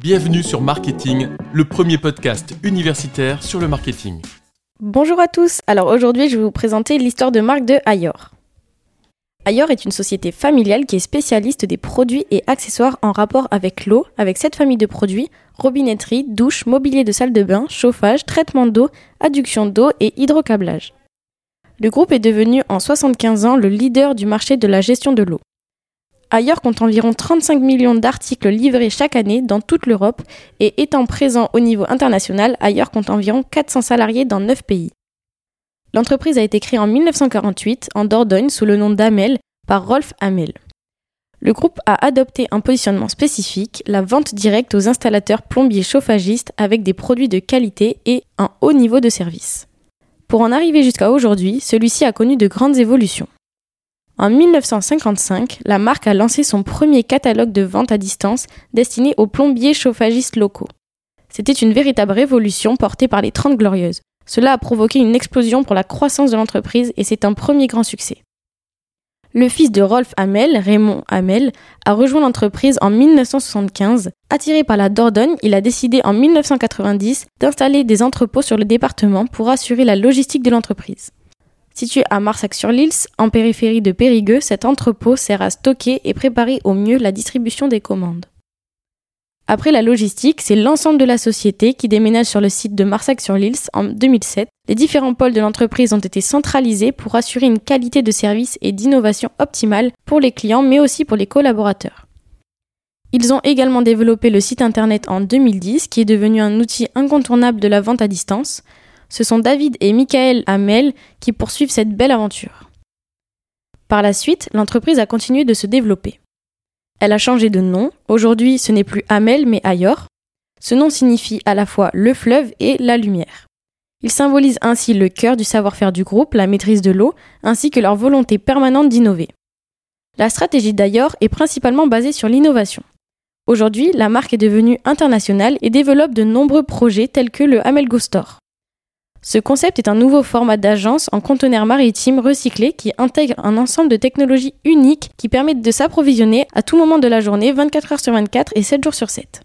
Bienvenue sur Marketing, le premier podcast universitaire sur le marketing. Bonjour à tous, alors aujourd'hui je vais vous présenter l'histoire de marque de Ayor. Ayor est une société familiale qui est spécialiste des produits et accessoires en rapport avec l'eau, avec 7 familles de produits, robinetterie, douche, mobilier de salle de bain, chauffage, traitement d'eau, adduction d'eau et hydrocablage. Le groupe est devenu en 75 ans le leader du marché de la gestion de l'eau. Ayor compte environ 35 millions d'articles livrés chaque année dans toute l'Europe et étant présent au niveau international, Ayor compte environ 400 salariés dans 9 pays. L'entreprise a été créée en 1948 en Dordogne sous le nom d'Hamel par Rolf Hamel. Le groupe a adopté un positionnement spécifique, la vente directe aux installateurs plombiers chauffagistes avec des produits de qualité et un haut niveau de service. Pour en arriver jusqu'à aujourd'hui, celui-ci a connu de grandes évolutions. En 1955, la marque a lancé son premier catalogue de vente à distance destiné aux plombiers chauffagistes locaux. C'était une véritable révolution portée par les 30 Glorieuses. Cela a provoqué une explosion pour la croissance de l'entreprise et c'est un premier grand succès. Le fils de Rolf Hamel, Raymond Hamel, a rejoint l'entreprise en 1975. Attiré par la Dordogne, il a décidé en 1990 d'installer des entrepôts sur le département pour assurer la logistique de l'entreprise. Situé à Marsac-sur-l'Ils, en périphérie de Périgueux, cet entrepôt sert à stocker et préparer au mieux la distribution des commandes. Après la logistique, c'est l'ensemble de la société qui déménage sur le site de Marsac-sur-l'Ils en 2007. Les différents pôles de l'entreprise ont été centralisés pour assurer une qualité de service et d'innovation optimale pour les clients, mais aussi pour les collaborateurs. Ils ont également développé le site internet en 2010, qui est devenu un outil incontournable de la vente à distance. Ce sont David et Michael Hamel qui poursuivent cette belle aventure. Par la suite, l'entreprise a continué de se développer. Elle a changé de nom. Aujourd'hui, ce n'est plus Hamel mais Ayor. Ce nom signifie à la fois le fleuve et la lumière. Il symbolise ainsi le cœur du savoir-faire du groupe, la maîtrise de l'eau, ainsi que leur volonté permanente d'innover. La stratégie d'Ayor est principalement basée sur l'innovation. Aujourd'hui, la marque est devenue internationale et développe de nombreux projets tels que le Hamel Go Store. Ce concept est un nouveau format d'agence en conteneurs maritimes recyclés qui intègre un ensemble de technologies uniques qui permettent de s'approvisionner à tout moment de la journée, 24 heures sur 24 et 7 jours sur 7.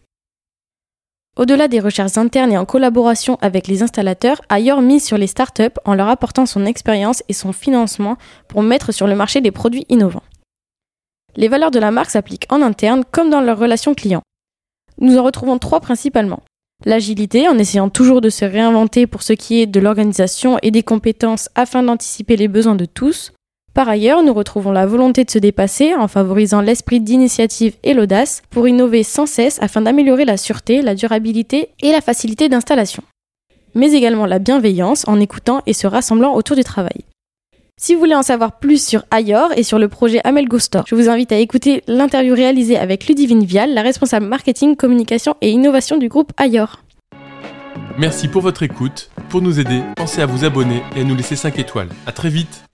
Au-delà des recherches internes et en collaboration avec les installateurs, Ayor mise sur les startups en leur apportant son expérience et son financement pour mettre sur le marché des produits innovants. Les valeurs de la marque s'appliquent en interne comme dans leurs relations clients. Nous en retrouvons 3 principalement. L'agilité, en essayant toujours de se réinventer pour ce qui est de l'organisation et des compétences afin d'anticiper les besoins de tous. Par ailleurs, nous retrouvons la volonté de se dépasser en favorisant l'esprit d'initiative et l'audace pour innover sans cesse afin d'améliorer la sûreté, la durabilité et la facilité d'installation. Mais également la bienveillance en écoutant et se rassemblant autour du travail. Si vous voulez en savoir plus sur Ayor et sur le projet Hamel Go Store, je vous invite à écouter l'interview réalisée avec Ludivine Vial, la responsable marketing, communication et innovation du groupe Ayor. Merci pour votre écoute. Pour nous aider, pensez à vous abonner et à nous laisser 5 étoiles. À très vite.